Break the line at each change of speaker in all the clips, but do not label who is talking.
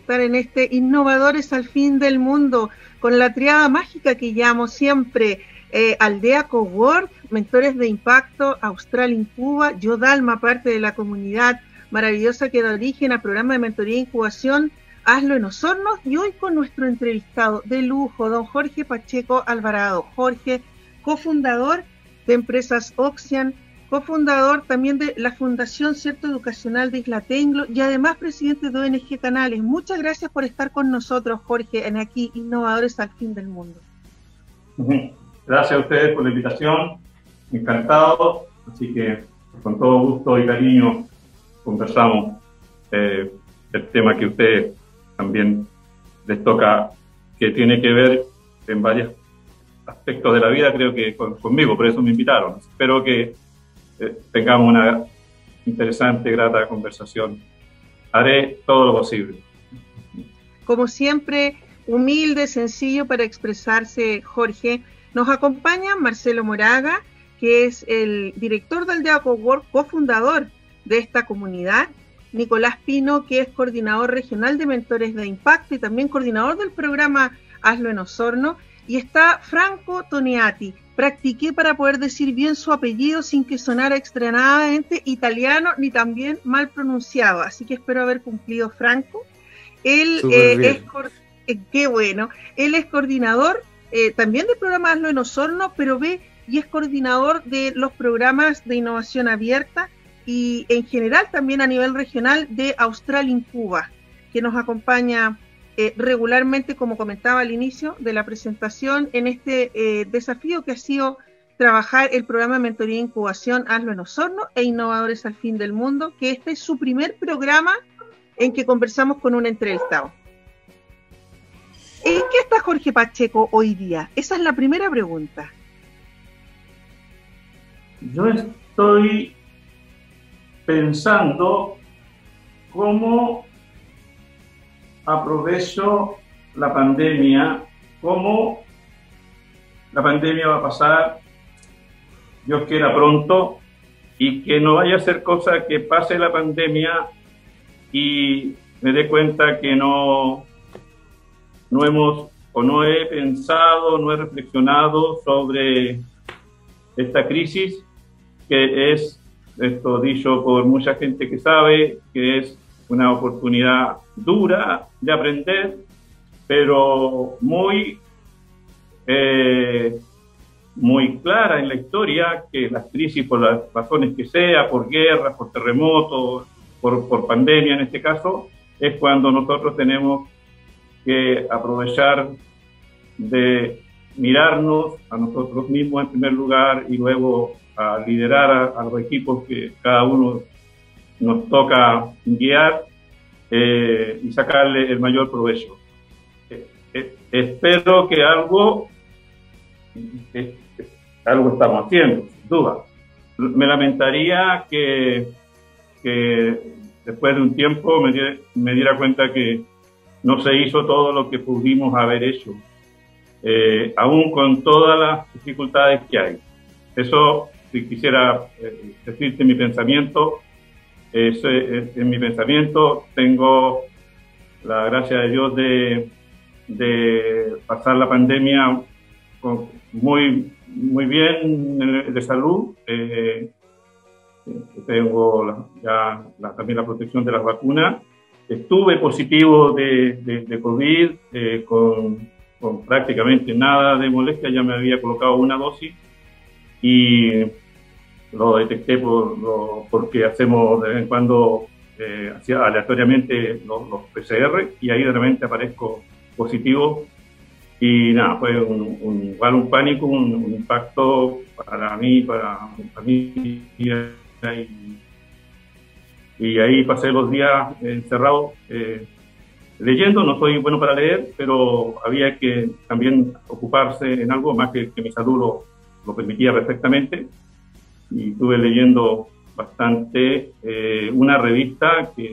estar en este Innovadores al Fin del Mundo, con la triada mágica que llamo siempre, Aldea Cowork, Mentores de Impacto, Austral Incuba, yo Dalma, parte de la comunidad maravillosa que da origen al programa de mentoría e incubación, Hazlo en Osorno, y hoy con nuestro entrevistado de lujo, don Jorge Pacheco Alvarado. Jorge, cofundador de Empresas Oxian, cofundador también de la Fundación Cierto Educacional de Isla Tenglo y además presidente de ONG Canales. Muchas gracias por estar con nosotros, Jorge, en aquí Innovadores al Fin del Mundo.
Gracias a ustedes por la invitación, encantado, así que con todo gusto y cariño conversamos el tema que a ustedes también les toca, que tiene que ver en varios aspectos de la vida, creo que conmigo, por eso me invitaron. Espero que tengamos una interesante, grata conversación. Haré todo lo posible.
Como siempre, humilde, sencillo para expresarse, Jorge. Nos acompaña Marcelo Moraga, que es el director de Aldea Cowork, cofundador de esta comunidad. Nicolás Pino, que es coordinador regional de Mentores de Impacto y también coordinador del programa Hazlo en Osorno. Y está Franco Toniati. Practiqué para poder decir bien su apellido sin que sonara extremadamente italiano ni también mal pronunciado. Así que espero haber cumplido, Franco. Él qué bueno. Él es coordinador también del programa Hazlo en Osorno, pero y es coordinador de los programas de innovación abierta y en general también a nivel regional de Austral Incuba, que nos acompaña regularmente, como comentaba al inicio de la presentación, en este desafío que ha sido trabajar el programa de mentoría e incubación Hazlo en Osorno e Innovadores al Fin del Mundo, que este es su primer programa en que conversamos con un entrevistado. ¿En qué está Jorge Pacheco hoy día? Esa es la primera pregunta.
Yo estoy pensando cómo aprovecho la pandemia, cómo la pandemia va a pasar, Dios quiera pronto, y que no vaya a ser cosa que pase la pandemia y me dé cuenta que no he pensado, no he reflexionado sobre esta crisis, que es, esto dicho por mucha gente que sabe, que es una oportunidad dura de aprender, pero muy clara en la historia, que las crisis, por las razones que sea, por guerras, por terremotos, por pandemia en este caso, es cuando nosotros tenemos que aprovechar de mirarnos a nosotros mismos en primer lugar y luego a liderar a los equipos que cada uno nos toca guiar y sacarle el mayor provecho. Espero que algo estamos haciendo, sin duda. Me lamentaría que después de un tiempo me diera cuenta que no se hizo todo lo que pudimos haber hecho, aún con todas las dificultades que hay. Eso, si quisiera decirte mi pensamiento, en mi pensamiento tengo la gracia de Dios de pasar la pandemia muy bien de salud. Tengo también la protección de las vacunas. Estuve positivo de COVID con prácticamente nada de molestia, ya me había colocado una dosis y lo detecté porque hacemos de vez en cuando aleatoriamente los PCR y ahí de repente aparezco positivo y nada, fue igual un pánico, un impacto para mí, para mi familia y ahí pasé los días encerrado leyendo. No soy bueno para leer, pero había que también ocuparse en algo más que mi salud lo permitía perfectamente. Y estuve leyendo bastante una revista que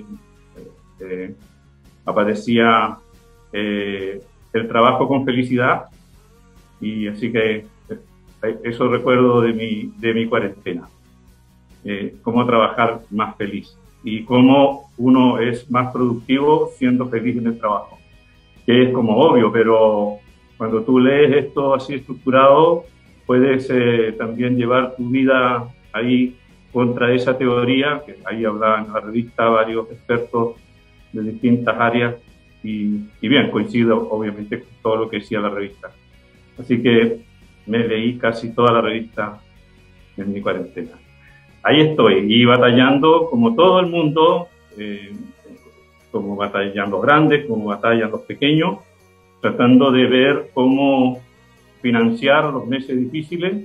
aparecía El trabajo con felicidad, y así que eso recuerdo de mi cuarentena, cómo trabajar más feliz. y cómo uno es más productivo siendo feliz en el trabajo, que es como obvio, pero cuando tú lees esto así estructurado, puedes también llevar tu vida ahí contra esa teoría, que ahí hablaban en la revista varios expertos de distintas áreas, y bien, coincido obviamente con todo lo que decía la revista. Así que me leí casi toda la revista en mi cuarentena. Ahí estoy, y batallando como todo el mundo, como batallan los grandes, como batallan los pequeños, tratando de ver cómo financiar los meses difíciles.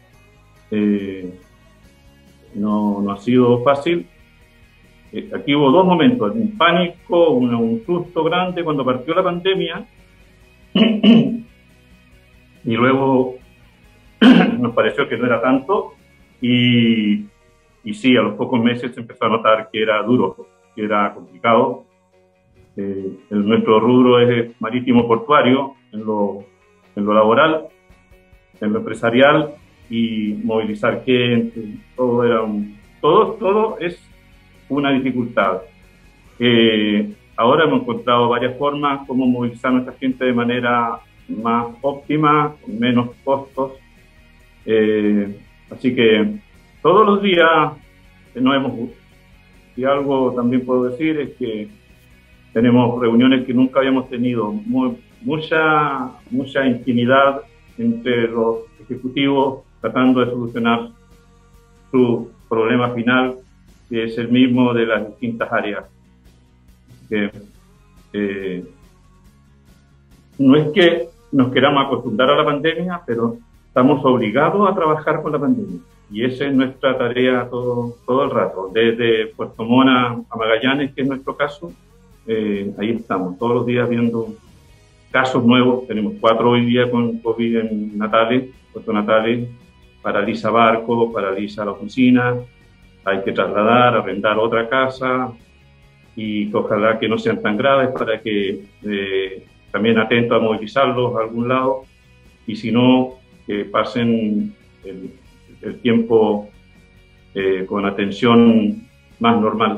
No ha sido fácil. Aquí hubo dos momentos, un pánico, un susto grande cuando partió la pandemia, y luego nos pareció que no era tanto, y sí, a los pocos meses se empezó a notar que era duro, que era complicado. Nuestro rubro es marítimo portuario, en lo laboral, en lo empresarial, y movilizar gente, todo es una dificultad. Ahora hemos encontrado varias formas como movilizar a nuestra gente de manera más óptima, con menos costos. Así que todos los días y algo también puedo decir es que tenemos reuniones que nunca habíamos tenido, mucha intimidad entre los ejecutivos tratando de solucionar su problema final, que es el mismo de las distintas áreas. No es que nos queramos acostumbrar a la pandemia, pero estamos obligados a trabajar con la pandemia. Y esa es nuestra tarea todo el rato. Desde Puerto Montt a Magallanes, que es nuestro caso, ahí estamos, todos los días viendo casos nuevos. Tenemos 4 hoy día con COVID en Natales, Puerto Natales, paraliza barcos, paraliza la oficina, hay que trasladar, arrendar otra casa, y que ojalá que no sean tan graves para que también atento a movilizarlos a algún lado, y si no, que pasen el tiempo con atención más normal.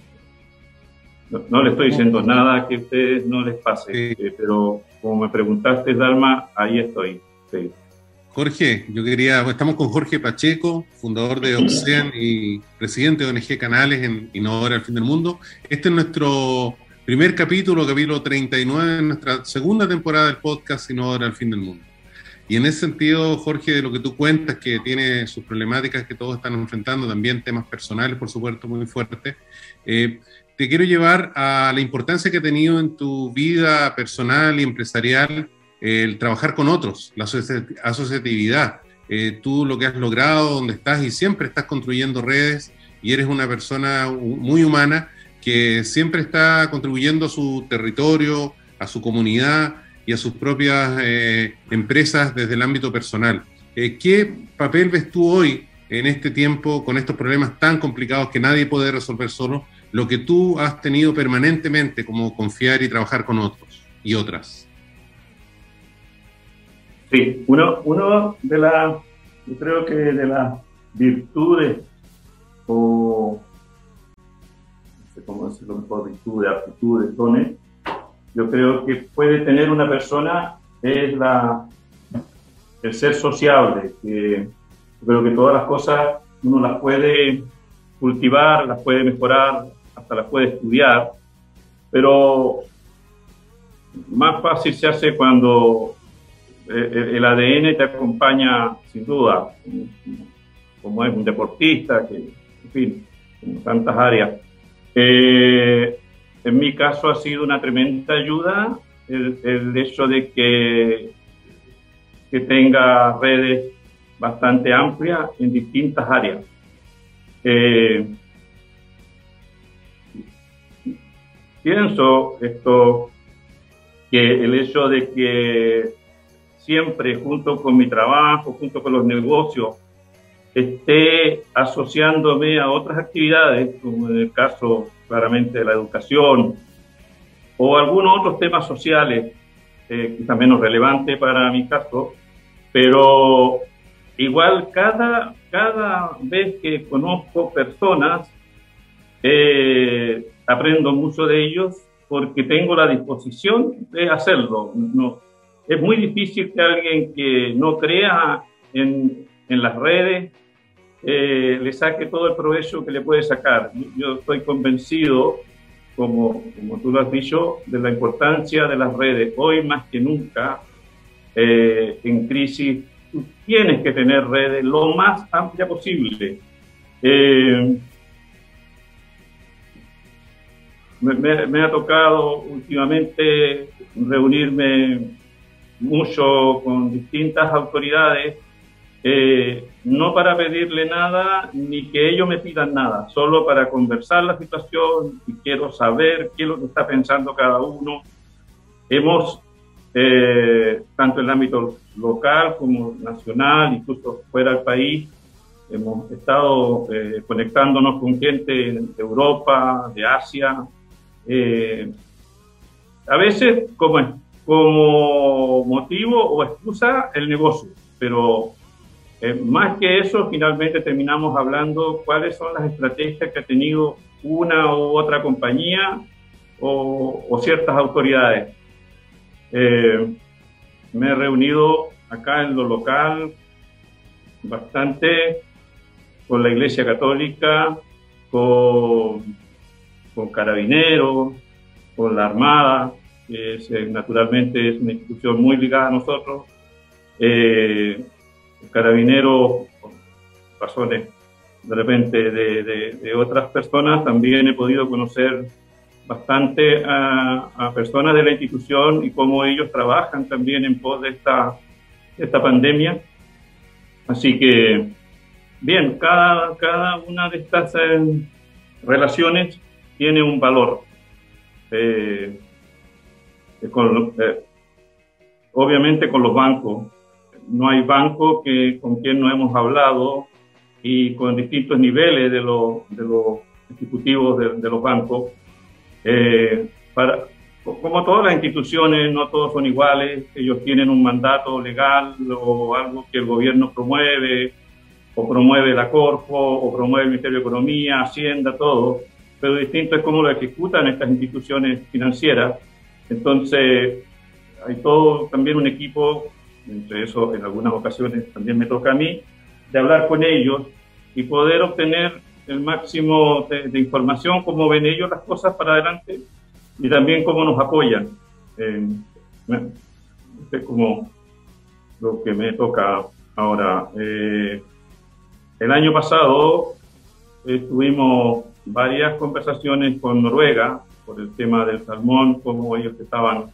No le estoy diciendo nada que a ustedes no les pase, pero como me preguntaste, Dalma, ahí estoy. Sí.
Jorge, estamos con Jorge Pacheco, fundador de Ocean y presidente de ONG Canales en Innovadora al Fin del Mundo. Este es nuestro primer capítulo 39 de nuestra segunda temporada del podcast Innovadora al Fin del Mundo. Y en ese sentido, Jorge, de lo que tú cuentas, que tiene sus problemáticas que todos están enfrentando, también temas personales, por supuesto, muy fuertes, te quiero llevar a la importancia que ha tenido en tu vida personal y empresarial el trabajar con otros, la asociatividad. Tú lo que has logrado, donde estás, y siempre estás construyendo redes, y eres una persona muy humana que siempre está contribuyendo a su territorio, a su comunidad y a sus propias empresas desde el ámbito personal. ¿Qué papel ves tú hoy en este tiempo, con estos problemas tan complicados que nadie puede resolver solo, lo que tú has tenido permanentemente como confiar y trabajar con otros y otras?
Sí, uno de las, yo creo que de las virtudes, o no sé cómo decirlo mejor, virtudes, aptitudes, dones, yo creo que puede tener una persona es el ser sociable, que yo creo que todas las cosas uno las puede cultivar, las puede mejorar, hasta las puede estudiar, pero más fácil se hace cuando el ADN te acompaña, sin duda, como es un deportista, que, en fin, en tantas áreas. En mi caso ha sido una tremenda ayuda el hecho de que tenga redes bastante amplias en distintas áreas. Pienso esto, que el hecho de que siempre, junto con mi trabajo, junto con los negocios, esté asociándome a otras actividades, como en el caso claramente de la educación, o algunos otros temas sociales, quizás menos relevantes para mi caso, pero igual cada vez que conozco personas, aprendo mucho de ellos porque tengo la disposición de hacerlo. No, es muy difícil que alguien que no crea en las redes le saque todo el provecho que le puede sacar. Yo estoy convencido, como tú lo has dicho, de la importancia de las redes. Hoy más que nunca, en crisis, tú tienes que tener redes lo más amplia posible. Me ha tocado últimamente reunirme mucho con distintas autoridades, no para pedirle nada ni que ellos me pidan nada, solo para conversar la situación y quiero saber qué es lo que está pensando cada uno. Hemos, tanto en el ámbito local como nacional, incluso fuera del país, hemos estado conectándonos con gente de Europa, de Asia, a veces como motivo o excusa el negocio, pero más que eso, finalmente terminamos hablando cuáles son las estrategias que ha tenido una u otra compañía o ciertas autoridades. Me he reunido acá en lo local bastante con la Iglesia Católica, con Carabineros, con la Armada, que naturalmente es una institución muy ligada a nosotros. Carabineros, por razones de repente de otras personas, también he podido conocer bastante a personas de la institución y cómo ellos trabajan también en pos de esta pandemia. Así que, bien, cada una de estas relaciones tiene un valor. Obviamente con los bancos. No hay banco con quien no hemos hablado y con distintos niveles de los ejecutivos de los bancos. Como todas las instituciones, no todos son iguales. Ellos tienen un mandato legal o algo que el gobierno promueve, o promueve la Corfo, o promueve el Ministerio de Economía, Hacienda, todo. Pero distinto es cómo lo ejecutan estas instituciones financieras. Entonces, hay todo también un equipo, entre eso en algunas ocasiones también me toca a mí, de hablar con ellos y poder obtener el máximo de información, cómo ven ellos las cosas para adelante y también cómo nos apoyan. Es como lo que me toca ahora. El año pasado tuvimos varias conversaciones con Noruega por el tema del salmón, cómo ellos estaban,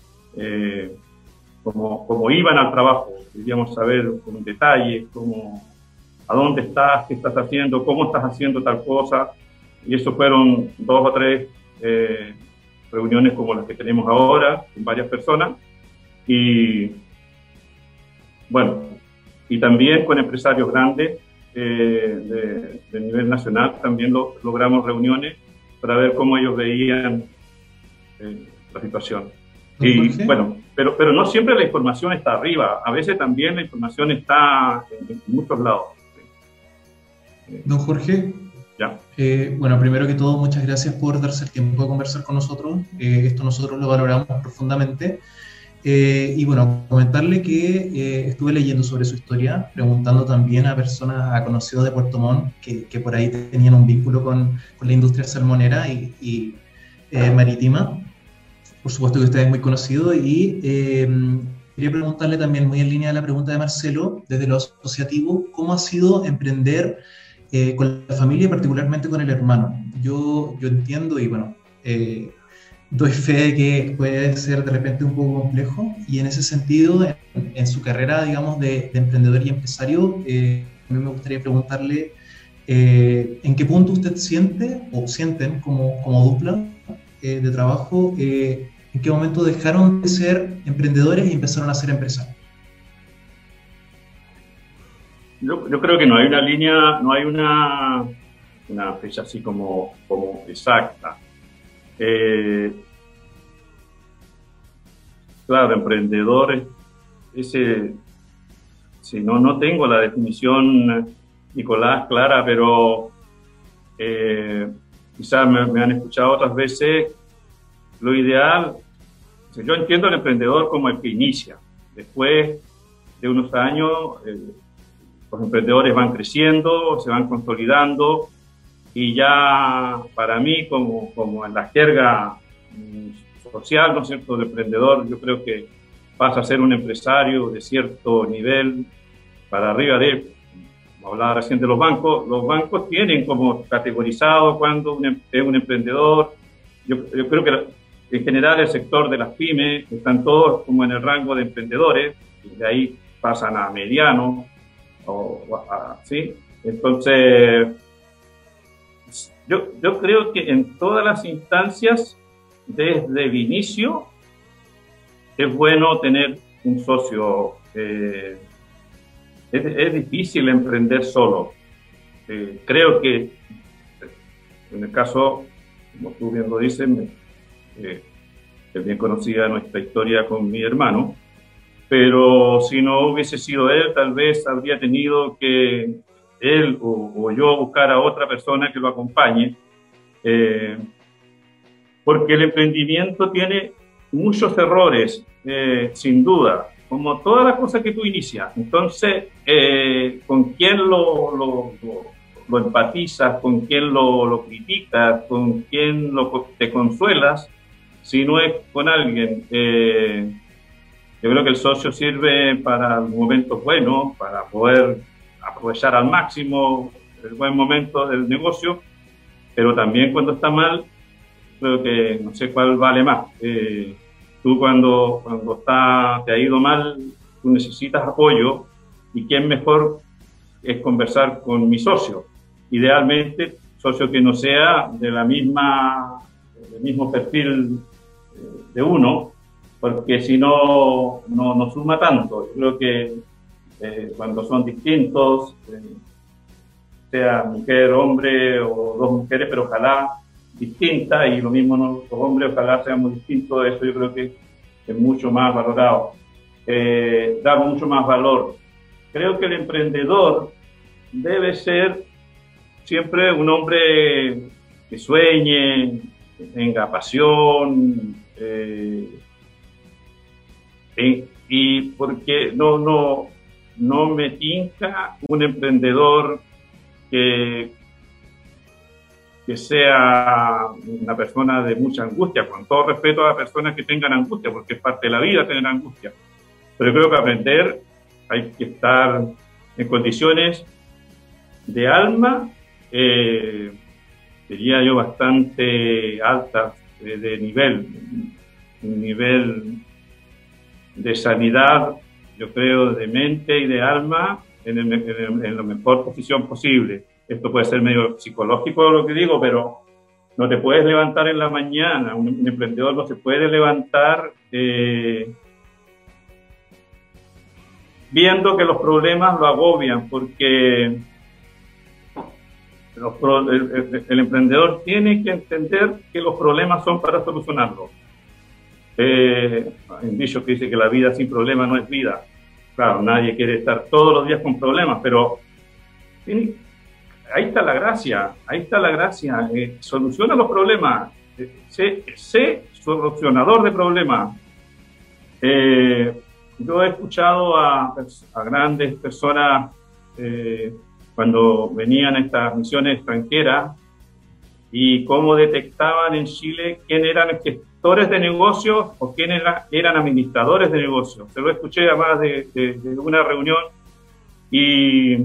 cómo iban al trabajo. Queríamos saber con detalle a dónde estás, qué estás haciendo, cómo estás haciendo tal cosa. Y eso fueron 2 o 3 reuniones como las que tenemos ahora, con varias personas. Y bueno, y también con empresarios grandes de nivel nacional, también logramos reuniones para ver cómo ellos veían la situación. Y bueno, pero no siempre la información está arriba, a veces también la información está en muchos lados.
Don Jorge,
ya.
Bueno, primero que todo, muchas gracias por darse el tiempo de conversar con nosotros. Esto nosotros lo valoramos profundamente. Y bueno, comentarle que estuve leyendo sobre su historia, preguntando también a personas, a conocidos de Puerto Montt, que por ahí tenían un vínculo con la industria salmonera y marítima. Por supuesto que usted es muy conocido y quería preguntarle también, muy en línea de la pregunta de Marcelo, desde lo asociativo, ¿cómo ha sido emprender con la familia y particularmente con el hermano? Yo entiendo y bueno, doy fe de que puede ser de repente un poco complejo y en ese sentido, en su carrera, digamos, de emprendedor y empresario, a mí me gustaría preguntarle ¿en qué punto usted siente o sienten como dupla de trabajo, en qué momento dejaron de ser emprendedores y empezaron a ser empresarios?
Yo creo que no hay una línea, no hay una fecha así como exacta. Claro, emprendedores, si no tengo la definición, Nicolás, clara, pero quizás me han escuchado otras veces, lo ideal, yo entiendo al emprendedor como el que inicia. Después de unos años, los emprendedores van creciendo, se van consolidando, y ya para mí, como en la jerga social, ¿no es cierto?, del emprendedor, yo creo que pasa a ser un empresario de cierto nivel para arriba de, como hablaba recién de los bancos tienen como categorizado cuando es un emprendedor. Yo creo que en general el sector de las pymes están todos como en el rango de emprendedores, y de ahí pasan a medianos, ¿sí? Entonces, yo creo que en todas las instancias, desde el inicio, es bueno tener un socio. Es difícil emprender solo. Creo que en el caso, como tú bien lo dices, es bien conocida nuestra historia con mi hermano, pero si no hubiese sido él, tal vez habría tenido que él o yo buscar a otra persona que lo acompañe, porque el emprendimiento tiene muchos errores, sin duda, como todas las cosas que tú inicias. Entonces, ¿con quién lo empatizas? ¿Con quién lo criticas? ¿Con quién te consuelas? Si no es con alguien. Yo creo que el socio sirve para momentos buenos, para poder aprovechar al máximo el buen momento del negocio, pero también cuando está mal, creo que no sé cuál vale más. Tú cuando te ha ido mal, tú necesitas apoyo, y quién mejor es conversar con mi socio. Idealmente, socio que no sea del mismo perfil de uno, porque si no suma tanto. Yo creo que cuando son distintos, sea mujer, hombre o dos mujeres, pero ojalá distintas, y lo mismo los hombres, ojalá seamos distintos, eso yo creo que es mucho más valorado, da mucho más valor. Creo que el emprendedor debe ser siempre un hombre que sueñe, que tenga pasión, y porque no me tinca un emprendedor que sea una persona de mucha angustia, con todo respeto a las personas que tengan angustia, porque es parte de la vida tener angustia. Pero creo que aprender hay que estar en condiciones de alma, diría yo, bastante altas, de nivel de sanidad, yo creo, de mente y de alma en la mejor posición posible. Esto puede ser medio psicológico lo que digo, pero no te puedes levantar en la mañana. Un emprendedor no se puede levantar viendo que los problemas lo agobian, porque el emprendedor tiene que entender que los problemas son para solucionarlos. Hay un dicho que dice que la vida sin problemas no es vida. Claro, nadie quiere estar todos los días con problemas, pero ahí está la gracia, soluciona los problemas, sé solucionador de problemas. Yo he escuchado a grandes personas cuando venían a estas misiones extranjeras, y cómo detectaban en Chile quién eran gestores de negocios o quién eran administradores de negocios. Se lo escuché además de una reunión, y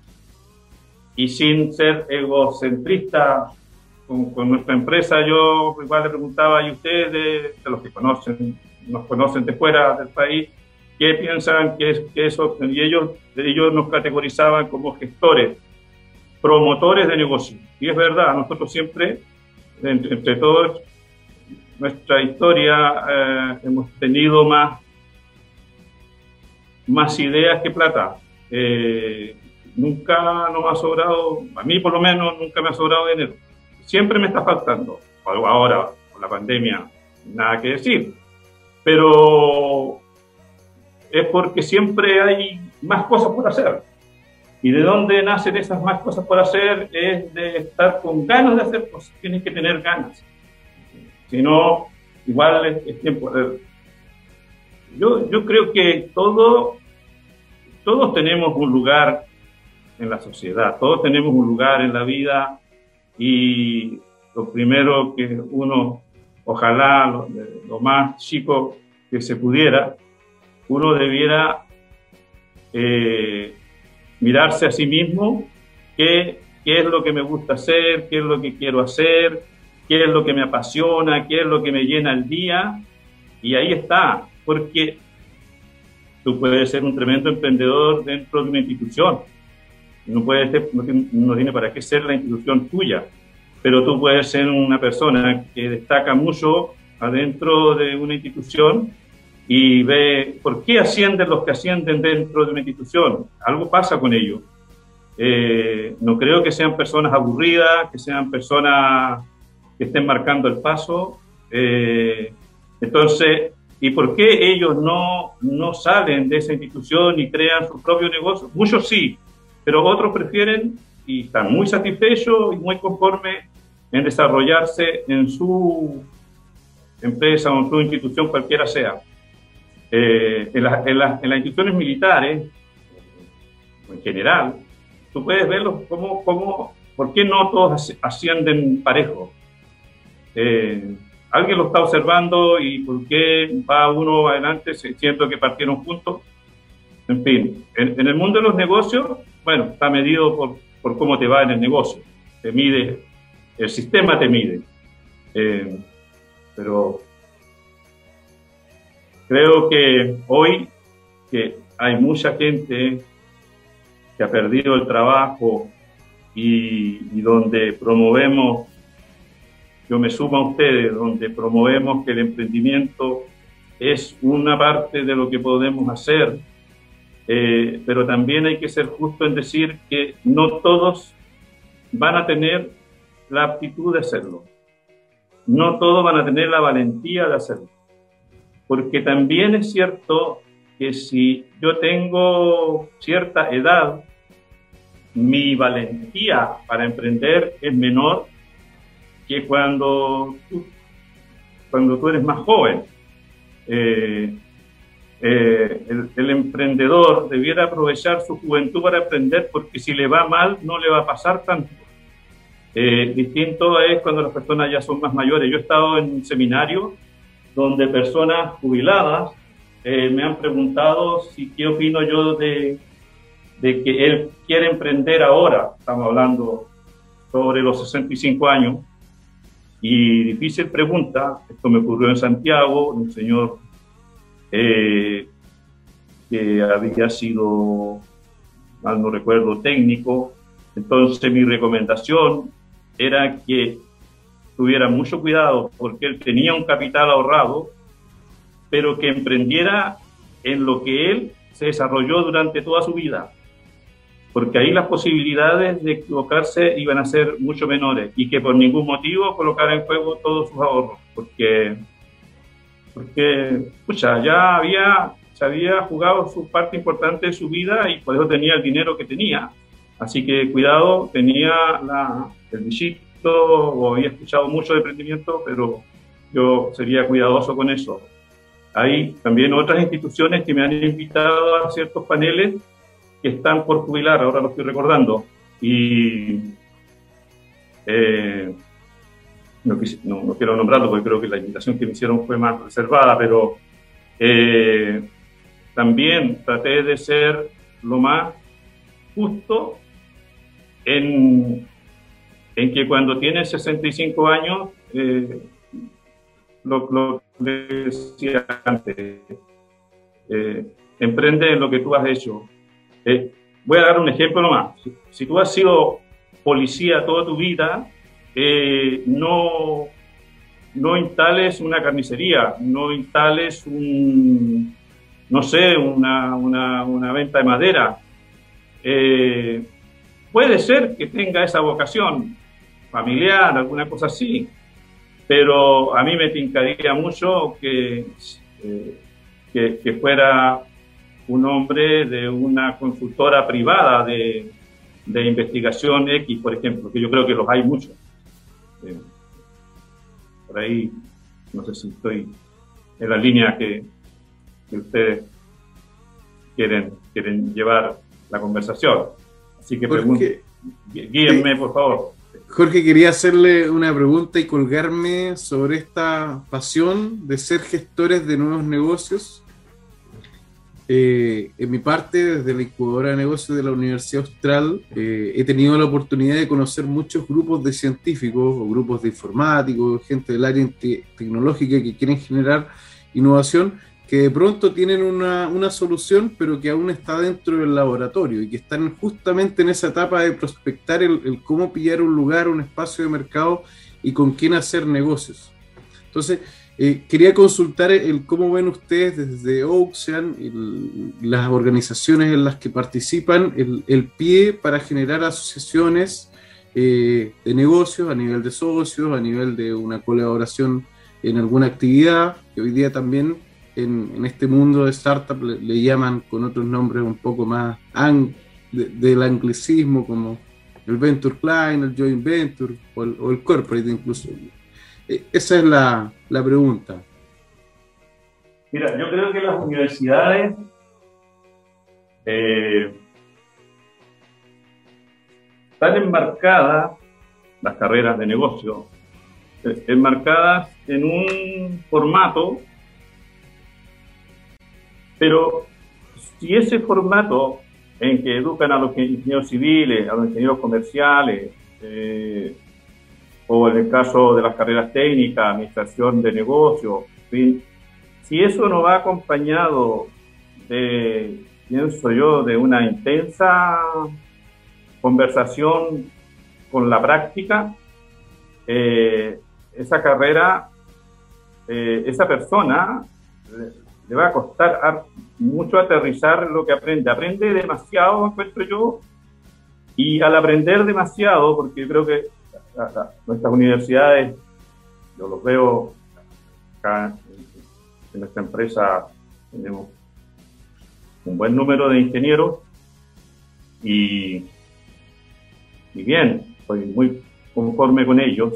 sin ser egocentrista con nuestra empresa, yo igual le preguntaba: ¿y ustedes, de los que nos conocen de fuera del país, qué piensan que es eso? Y ellos nos categorizaban como gestores, promotores de negocio. Y es verdad, nosotros siempre, entre todos, nuestra historia, hemos tenido más ideas que plata. Nunca nos ha sobrado, a mí por lo menos, nunca me ha sobrado dinero. Siempre me está faltando. Ahora, con la pandemia, nada que decir. Pero es porque siempre hay más cosas por hacer. ¿Y de dónde nacen esas más cosas por hacer? Es de estar con ganas de hacer cosas. Tienes que tener ganas. Si no, igual es tiempo. Yo creo que todos tenemos un lugar en la sociedad, todos tenemos un lugar en la vida, y lo primero que uno, ojalá lo más chico que se pudiera, uno debiera mirarse a sí mismo, qué es lo que me gusta hacer, qué es lo que quiero hacer, qué es lo que me apasiona, qué es lo que me llena el día, y ahí está, porque tú puedes ser un tremendo emprendedor dentro de una institución, no tiene para qué ser la institución tuya, pero tú puedes ser una persona que destaca mucho adentro de una institución y ve por qué ascienden los que ascienden dentro de una institución. Algo pasa con ellos. No creo que sean personas aburridas, que sean personas que estén marcando el paso. Entonces, ¿y por qué ellos no salen de esa institución y crean su propio negocio? Muchos sí, pero otros prefieren y están muy satisfechos y muy conformes en desarrollarse en su empresa o en su institución, cualquiera sea. En las instituciones militares, en general, tú puedes verlos por qué no todos ascienden parejo. Alguien lo está observando y por qué va uno adelante siendo que partieron juntos. En fin, en el mundo de los negocios, bueno, está medido por cómo te va en el negocio. Te mide, el sistema te mide. Pero creo que hoy que hay mucha gente que ha perdido el trabajo y donde promovemos, yo me sumo a ustedes, donde promovemos que el emprendimiento es una parte de lo que podemos hacer, pero también hay que ser justo en decir que no todos van a tener la aptitud de hacerlo, no todos van a tener la valentía de hacerlo, porque también es cierto que si yo tengo cierta edad, mi valentía para emprender es menor que cuando tú eres más joven. El emprendedor debiera aprovechar su juventud para emprender, porque si le va mal no le va a pasar tanto. Distinto es cuando las personas ya son más mayores. Yo he estado en un seminario donde personas jubiladas me han preguntado qué opino yo de que él quiere emprender ahora. Estamos hablando sobre los 65 años. Y difícil pregunta, esto me ocurrió en Santiago, un señor que había sido, mal no recuerdo, técnico. Entonces mi recomendación era que tuviera mucho cuidado, porque él tenía un capital ahorrado, pero que emprendiera en lo que él se desarrolló durante toda su vida, porque ahí las posibilidades de equivocarse iban a ser mucho menores, y que por ningún motivo colocara en juego todos sus ahorros, porque pucha, se había jugado su parte importante de su vida y por eso tenía el dinero que tenía. Así que cuidado, tenía el bichito, o había escuchado mucho de emprendimiento, pero yo sería cuidadoso con eso. Hay también otras instituciones que me han invitado a ciertos paneles que están por jubilar, ahora lo estoy recordando, y no quiero nombrarlo porque creo que la invitación que me hicieron fue más reservada, pero también traté de ser lo más justo en que cuando tienes 65 años, lo que decía antes, emprende en lo que tú has hecho. Voy a dar un ejemplo nomás. Si tú has sido policía toda tu vida, no instales una carnicería, no instales una venta de madera. Puede ser que tenga esa vocación familiar, alguna cosa así, pero a mí me tincaría mucho que fuera un hombre de una consultora privada de investigación X, por ejemplo, que yo creo que los hay muchos. Por ahí, no sé si estoy en la línea que ustedes quieren llevar la conversación. Así que guíenme, por favor.
Jorge, quería hacerle una pregunta y colgarme sobre esta pasión de ser gestores de nuevos negocios. En mi parte, desde la incubadora de negocios de la Universidad Austral, he tenido la oportunidad de conocer muchos grupos de científicos o grupos de informáticos, gente del área tecnológica que quieren generar innovación, que de pronto tienen una solución, pero que aún está dentro del laboratorio y que están justamente en esa etapa de prospectar el cómo pillar un lugar, un espacio de mercado y con quién hacer negocios. Entonces, quería consultar cómo ven ustedes desde Ocean, las organizaciones en las que participan, el pie para generar asociaciones de negocios a nivel de socios, a nivel de una colaboración en alguna actividad, que hoy día también en este mundo de startup le llaman con otros nombres un poco más del anglicismo, como el Venture Client, el Joint Venture o el Corporate incluso. Esa es la pregunta.
Mira, yo creo que las universidades están enmarcadas, las carreras de negocio, enmarcadas en un formato, pero si ese formato en que educan a los ingenieros civiles, a los ingenieros comerciales, o en el caso de las carreras técnicas, administración de negocios, si eso no va acompañado de, pienso yo, de una intensa conversación con la práctica, esa carrera, esa persona le va a costar mucho aterrizar lo que aprende. Aprende demasiado, encuentro yo, y al aprender demasiado, porque yo creo que nuestras universidades, yo los veo acá en nuestra empresa, tenemos un buen número de ingenieros y bien, estoy muy conforme con ellos,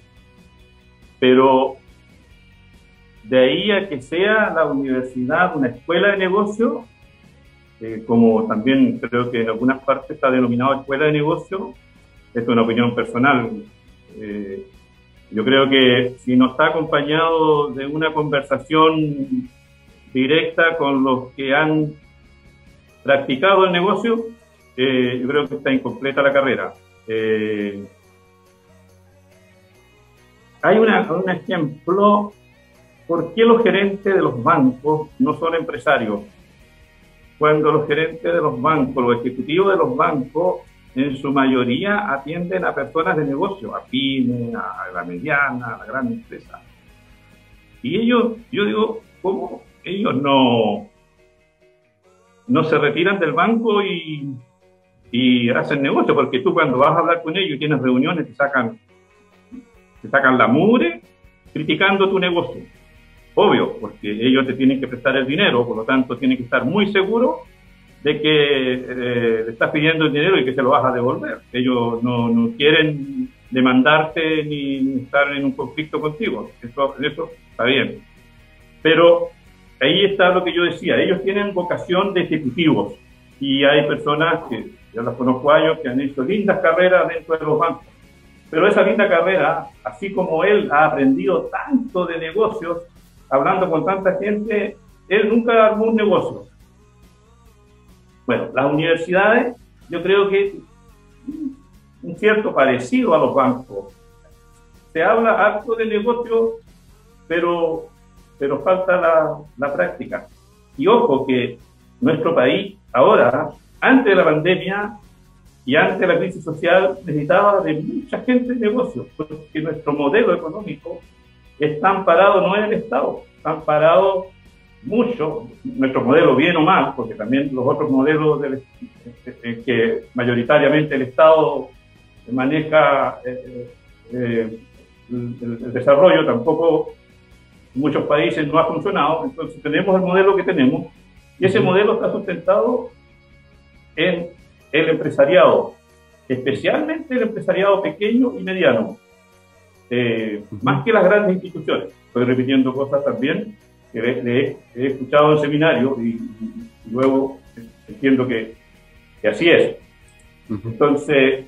pero de ahí a que sea la universidad una escuela de negocio, como también creo que en algunas partes está denominado escuela de negocio, esto es una opinión personal. Yo creo que si no está acompañado de una conversación directa con los que han practicado el negocio, yo creo que está incompleta la carrera. Hay un ejemplo. ¿Por qué los gerentes de los bancos no son empresarios? Cuando los gerentes de los bancos, los ejecutivos de los bancos, en su mayoría atienden a personas de negocio, a pymes, a la mediana, a la gran empresa. Y ellos, yo digo, ¿cómo ellos no se retiran del banco y hacen negocio? Porque tú cuando vas a hablar con ellos y tienes reuniones, te sacan la mugre criticando tu negocio. Obvio, porque ellos te tienen que prestar el dinero, por lo tanto tienen que estar muy seguros de que le estás pidiendo el dinero y que se lo vas a devolver. Ellos no quieren demandarte ni estar en un conflicto contigo. Eso está bien. Pero ahí está lo que yo decía. Ellos tienen vocación de ejecutivos y hay personas que, yo las conozco a ellos, que han hecho lindas carreras dentro de los bancos. Pero esa linda carrera, así como él ha aprendido tanto de negocios, hablando con tanta gente, él nunca armó un negocio. Bueno, las universidades, yo creo que un cierto parecido a los bancos. Se habla harto de negocio, pero falta la práctica. Y ojo que nuestro país ahora, antes de la pandemia y antes de la crisis social, necesitaba de mucha gente de negocio, porque nuestro modelo económico está amparado no en el Estado, está amparado mucho, nuestro modelo bien o mal, porque también los otros modelos que mayoritariamente el Estado maneja el desarrollo, tampoco en muchos países no ha funcionado. Entonces tenemos el modelo que tenemos Y ese modelo está sustentado en el empresariado, especialmente el empresariado pequeño y mediano, más que las grandes instituciones. Estoy repitiendo cosas también que he escuchado en seminarios y luego entiendo que así es. Entonces,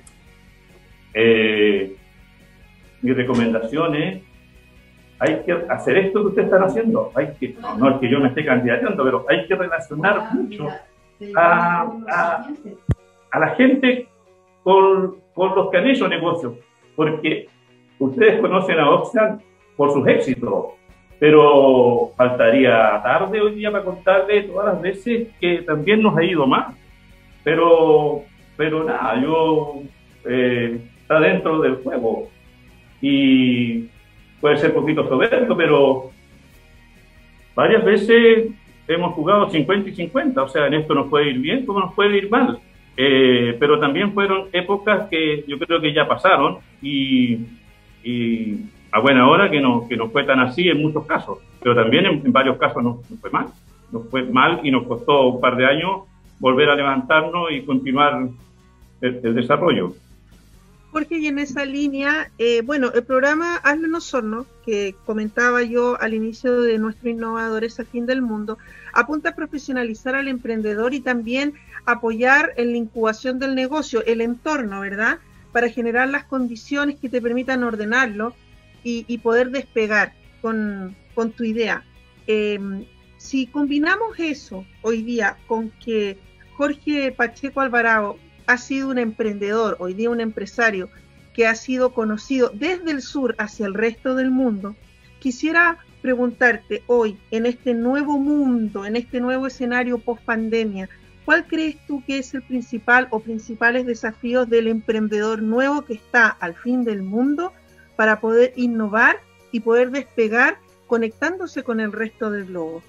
mi recomendación es, hay que hacer esto que ustedes están haciendo. No es que yo me esté candidateando, pero hay que relacionar mucho a la gente con los que han hecho negocios, porque ustedes conocen a Oxfam por sus éxitos, pero faltaría tarde hoy día para contarles todas las veces que también nos ha ido mal. Pero nada, está dentro del juego y puede ser poquito soberbio, pero varias veces hemos jugado 50 y 50, o sea, en esto nos puede ir bien como nos puede ir mal. Pero también fueron épocas que yo creo que ya pasaron y a buena hora que no fue tan así en muchos casos, pero también en varios casos nos fue mal y nos costó un par de años volver a levantarnos y continuar el desarrollo.
Jorge, y en esa línea, bueno, el programa Hazlo en Osorno, que comentaba yo al inicio de nuestro Innovadores al Fin del Mundo, apunta a profesionalizar al emprendedor y también apoyar en la incubación del negocio, el entorno, ¿verdad?, para generar las condiciones que te permitan ordenarlo y poder despegar con tu idea. Si combinamos eso hoy día con que Jorge Pacheco Alvarado ha sido un emprendedor, hoy día un empresario que ha sido conocido desde el sur hacia el resto del mundo, quisiera preguntarte hoy, en este nuevo mundo, en este nuevo escenario post-pandemia, ¿cuál crees tú que es el principal o principales desafíos del emprendedor nuevo que está al fin del mundo para poder innovar y poder despegar conectándose con el resto del globo?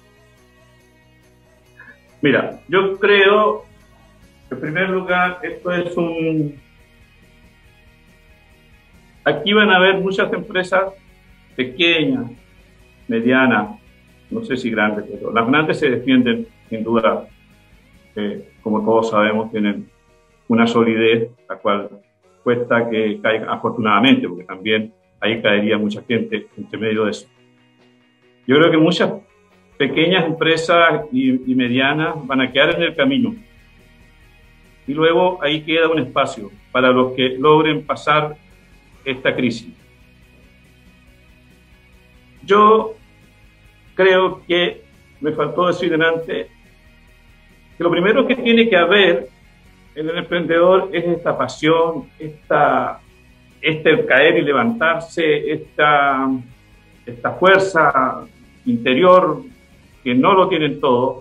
Mira, yo creo, en primer lugar, esto es aquí van a haber muchas empresas pequeñas, medianas, no sé si grandes, pero las grandes se defienden sin duda. Como todos sabemos, tienen una solidez, la cual cuesta que caiga, afortunadamente, porque también ahí caería mucha gente entre medio de eso. Yo creo que muchas pequeñas empresas y medianas van a quedar en el camino. Y luego ahí queda un espacio para los que logren pasar esta crisis. Yo creo que me faltó decir delante que lo primero que tiene que haber en el emprendedor es esta pasión, este caer y levantarse, esta fuerza interior que no lo tienen todo,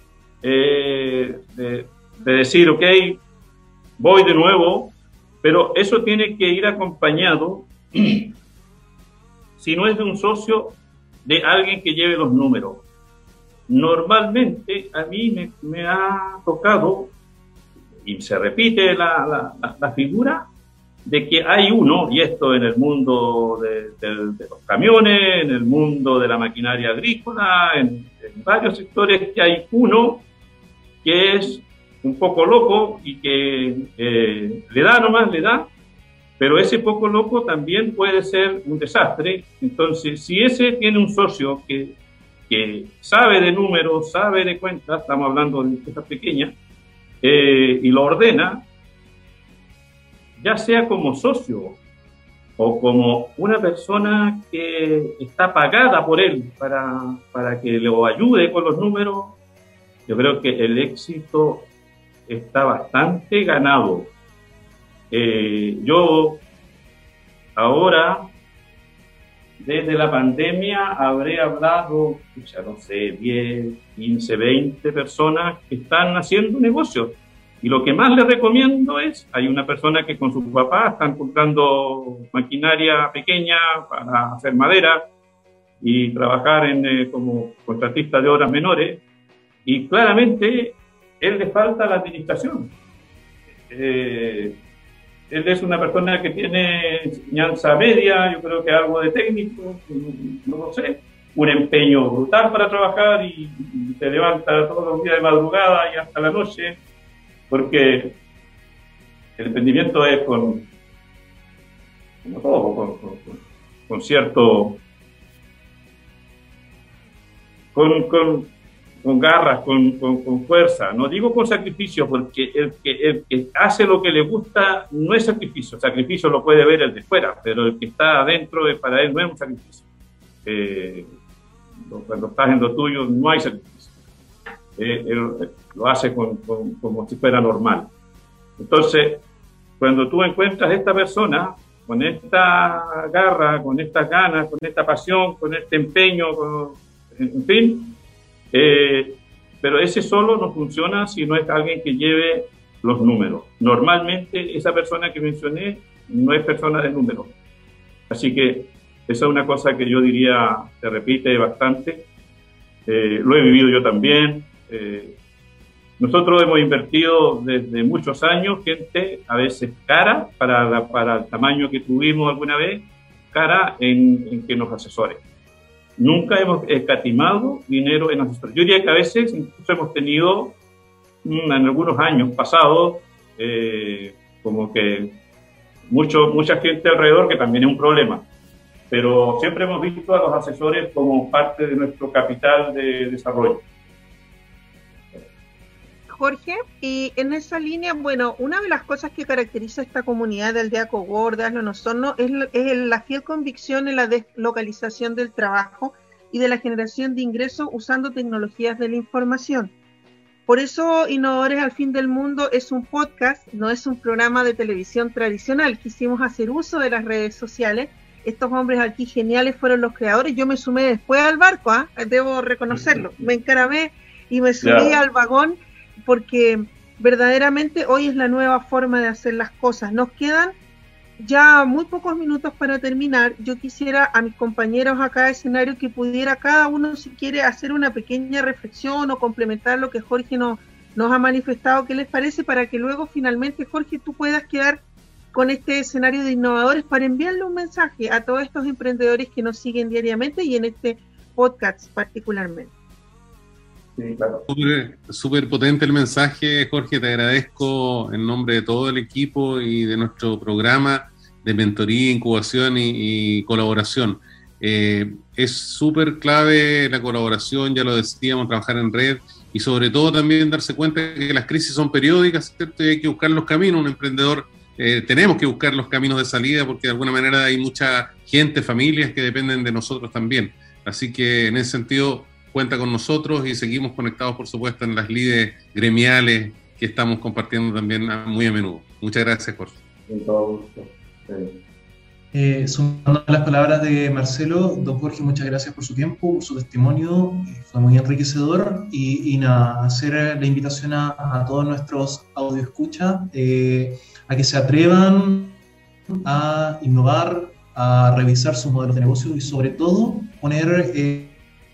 de decir, ok, voy de nuevo, pero eso tiene que ir acompañado, si no es de un socio, de alguien que lleve los números. Normalmente a mí me ha tocado, y se repite la figura, de que hay uno, y esto en el mundo de los camiones, en el mundo de la maquinaria agrícola, en varios sectores, que hay uno que es un poco loco y que le da, pero ese poco loco también puede ser un desastre. Entonces, si ese tiene un socio que sabe de números, sabe de cuentas, estamos hablando de empresas pequeñas, y lo ordena, ya sea como socio o como una persona que está pagada por él para que lo ayude con los números, yo creo que el éxito está bastante ganado. Yo ahora, desde la pandemia, habré hablado, ya no sé, 10, 15, 20 personas que están haciendo negocios. Y lo que más les recomiendo es, hay una persona que con su papá están comprando maquinaria pequeña para hacer madera y trabajar como contratista de obras menores, y claramente él le falta la administración. Él es una persona que tiene enseñanza media, yo creo que algo de técnico, no lo sé, un empeño brutal para trabajar y te levanta todos los días de madrugada y hasta la noche, porque el emprendimiento es como todo, con cierto, con garras, con fuerza. No digo con sacrificio, porque el que hace lo que le gusta no es sacrificio. Sacrificio lo puede ver el de fuera, pero el que está adentro, para él no es un sacrificio. Cuando estás en lo tuyo no hay sacrificio. Él lo hace como si fuera normal. Entonces, cuando tú encuentras a esta persona con esta garra, con estas ganas, con esta pasión, con este empeño, en fin, pero ese solo no funciona si no es alguien que lleve los números. Normalmente esa persona que mencioné no es persona de números. Así que esa es una cosa que yo diría se repite bastante. Lo he vivido yo también. Nosotros hemos invertido desde muchos años gente, a veces cara, para el tamaño que tuvimos alguna vez, cara en que nos asesore. Nunca hemos escatimado dinero en asesores. Yo diría que a veces incluso hemos tenido, en algunos años pasados, como que mucha gente alrededor, que también es un problema. Pero siempre hemos visto a los asesores como parte de nuestro capital de desarrollo.
Jorge, y en esa línea, bueno, una de las cosas que caracteriza a esta comunidad del Aldeaco Gorda, Hazlo en Osorno, es la fiel convicción en la deslocalización del trabajo y de la generación de ingresos usando tecnologías de la información. Por eso, Innovadores al Fin del Mundo es un podcast, no es un programa de televisión tradicional. Quisimos hacer uso de las redes sociales. Estos hombres aquí geniales fueron los creadores. Yo me sumé después al barco, debo reconocerlo. Me encaramé y me subí al vagón, porque verdaderamente hoy es la nueva forma de hacer las cosas. Nos quedan ya muy pocos minutos para terminar. Yo quisiera a mis compañeros acá de escenario que pudiera cada uno, si quiere, hacer una pequeña reflexión o complementar lo que Jorge nos ha manifestado. ¿Qué les parece? Para que luego finalmente, Jorge, tú puedas quedar con este escenario de innovadores para enviarle un mensaje a todos estos emprendedores que nos siguen diariamente y en este podcast particularmente.
Sí, claro.
Súper potente el mensaje, Jorge. Te agradezco en nombre de todo el equipo y de nuestro programa de mentoría, incubación y colaboración. Es súper clave la colaboración, ya lo decíamos, trabajar en red y sobre todo también darse cuenta de que las crisis son periódicas, ¿cierto? Y hay que buscar los caminos. Un emprendedor, tenemos que buscar los caminos de salida porque de alguna manera hay mucha gente, familias que dependen de nosotros también. Así que en ese sentido cuenta con nosotros y seguimos conectados, por supuesto, en las lides gremiales que estamos compartiendo también muy a menudo. Muchas gracias, Jorge.
Con todo gusto.
Sumando a las palabras de Marcelo, don Jorge, muchas gracias por su tiempo, por su testimonio, fue muy enriquecedor y nada, hacer la invitación a todos nuestros audioescuchas a que se atrevan a innovar, a revisar sus modelos de negocio y sobre todo poner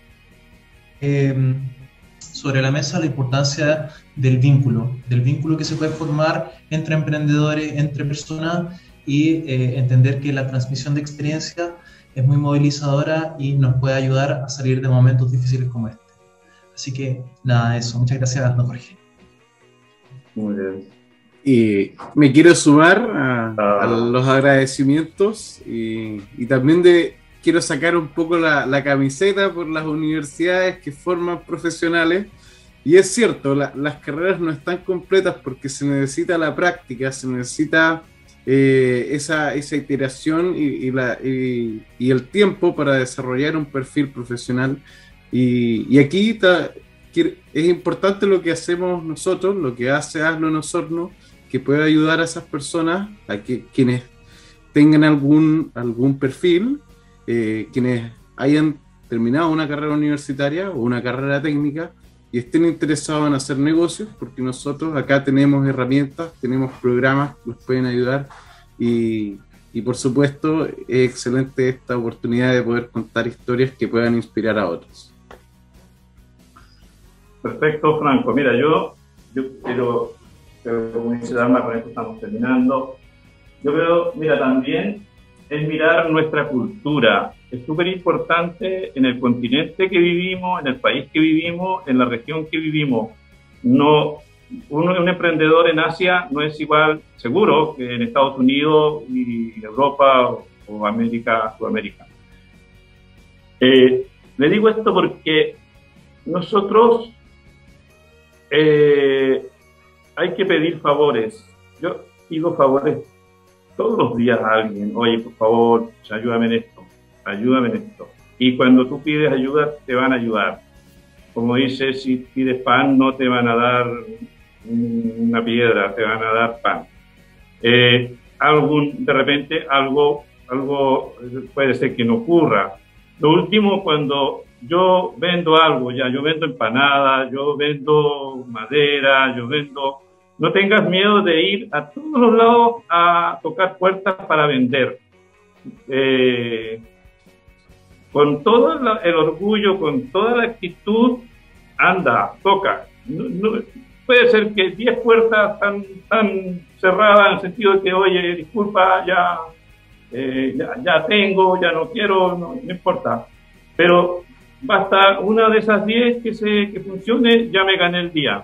sobre la mesa la importancia del vínculo que se puede formar entre emprendedores, entre personas y entender que la transmisión de experiencia es muy movilizadora y nos puede ayudar a salir de momentos difíciles como este. Así que nada, eso. Muchas gracias, don Jorge.
Muy bien.
Y me quiero sumar a los agradecimientos y también quiero sacar un poco la camiseta por las universidades que forman profesionales. Y es cierto, las carreras no están completas porque se necesita la práctica, se necesita esa iteración y el tiempo para desarrollar un perfil profesional. Y aquí es importante lo que hacemos nosotros, lo que hace Hazlo en Osorno, que puede ayudar a esas personas, a quienes tengan algún perfil, quienes hayan terminado una carrera universitaria o una carrera técnica y estén interesados en hacer negocios, porque nosotros acá tenemos herramientas, tenemos programas que los pueden ayudar y por supuesto es excelente esta oportunidad de poder contar historias que puedan inspirar a otros.
Perfecto, Franco. Mira, yo quiero, como dice Dharma, con esto estamos terminando. Yo creo, mira, también es mirar nuestra cultura es súper importante en el continente que vivimos, en el país que vivimos, en la región que vivimos. No, un emprendedor en Asia no es igual, seguro, que en Estados Unidos y Europa o América, Sudamérica. Le digo esto porque nosotros hay que pedir favores. Yo pido favores todos los días a alguien. Oye, por favor, ayúdame en esto, ayúdame en esto. Y cuando tú pides ayuda, te van a ayudar. Como dice, si pides pan, no te van a dar una piedra, te van a dar pan. De repente, algo puede ser que no ocurra. Lo último, cuando yo vendo algo, yo vendo empanadas, yo vendo madera, no tengas miedo de ir a todos los lados a tocar puertas para vender. Con todo el orgullo, con toda la actitud, anda, toca. No, puede ser que 10 puertas están cerradas en el sentido de que, oye, disculpa, ya tengo, ya no quiero, no importa. Pero basta una de esas 10 que funcione, ya me gané el día.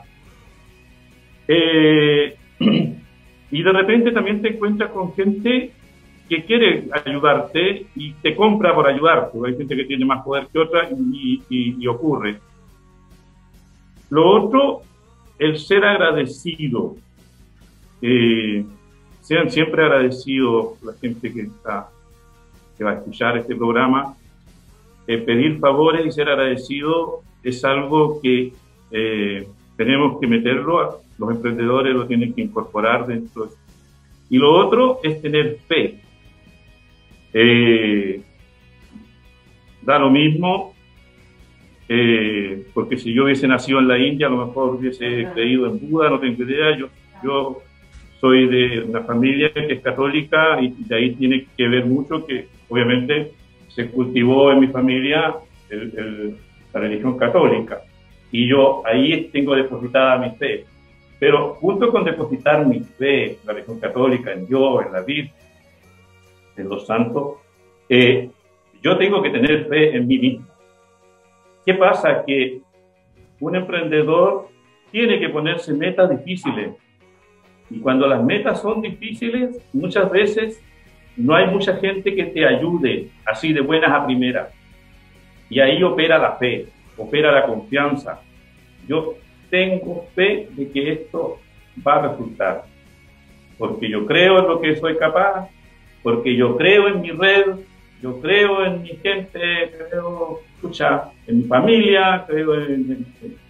Y de repente también te encuentras con gente que quiere ayudarte y te compra por ayudarte. Hay gente que tiene más poder que otra y ocurre. Lo otro, el ser agradecido. Sean siempre agradecidos la gente que va a escuchar este programa. Pedir favores y ser agradecido es algo que tenemos que meterlo, los emprendedores lo tienen que incorporar dentro. Y lo otro es tener fe. Da lo mismo, porque si yo hubiese nacido en la India, a lo mejor hubiese creído en Buda, no tengo idea. Yo soy de una familia que es católica y de ahí tiene que ver mucho que obviamente se cultivó en mi familia la religión católica y yo ahí tengo depositada mi fe. Pero junto con depositar mi fe en la religión católica, en Dios, en la Virgen, en los santos, yo tengo que tener fe en mí mismo. ¿Qué pasa? Que un emprendedor tiene que ponerse metas difíciles. Y cuando las metas son difíciles, muchas veces no hay mucha gente que te ayude así de buenas a primeras. Y ahí opera la fe, opera la confianza. Yo tengo fe de que esto va a resultar. Porque yo creo en lo que soy capaz, porque yo creo en mi red, yo creo en mi gente, creo, en mi familia, creo en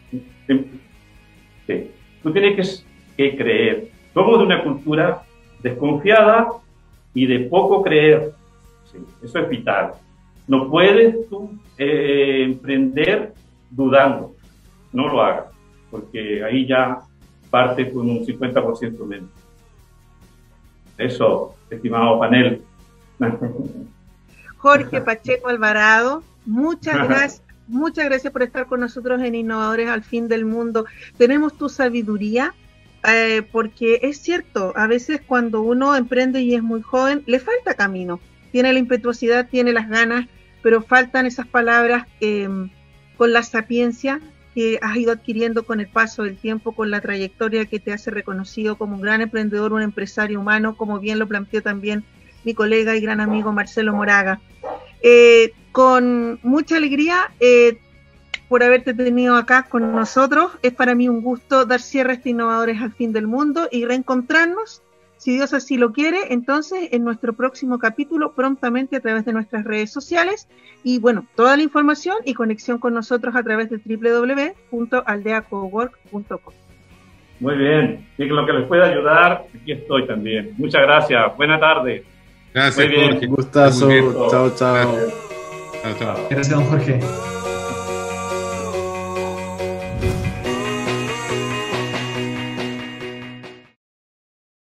sí. Tú tienes que creer. Somos de una cultura desconfiada y de poco creer. Sí, eso es vital. No puedes tú emprender dudando. No lo hagas, porque ahí ya parte con un 50% menos. Eso, estimado panel.
Jorge Pacheco Alvarado, muchas gracias por estar con nosotros en Innovadores al Fin del Mundo. Tenemos tu sabiduría, porque es cierto, a veces cuando uno emprende y es muy joven, le falta camino, tiene la impetuosidad, tiene las ganas, pero faltan esas palabras con la sapiencia que has ido adquiriendo con el paso del tiempo, con la trayectoria que te hace reconocido como un gran emprendedor, un empresario humano, como bien lo planteó también mi colega y gran amigo Marcelo Moraga. Con mucha alegría por haberte tenido acá con nosotros. Es para mí un gusto dar cierre a este Innovadores al Fin del Mundo y reencontrarnos, si Dios así lo quiere, entonces en nuestro próximo capítulo, prontamente a través de nuestras redes sociales. Y bueno, toda la información y conexión con nosotros a través de www.aldeacowork.com.
Muy bien, y lo que les pueda ayudar, aquí estoy también. Muchas gracias, buena tarde.
Gracias,
Jorge. Gustazo. Chao, chao.
Chao, chao.
Gracias, don Jorge.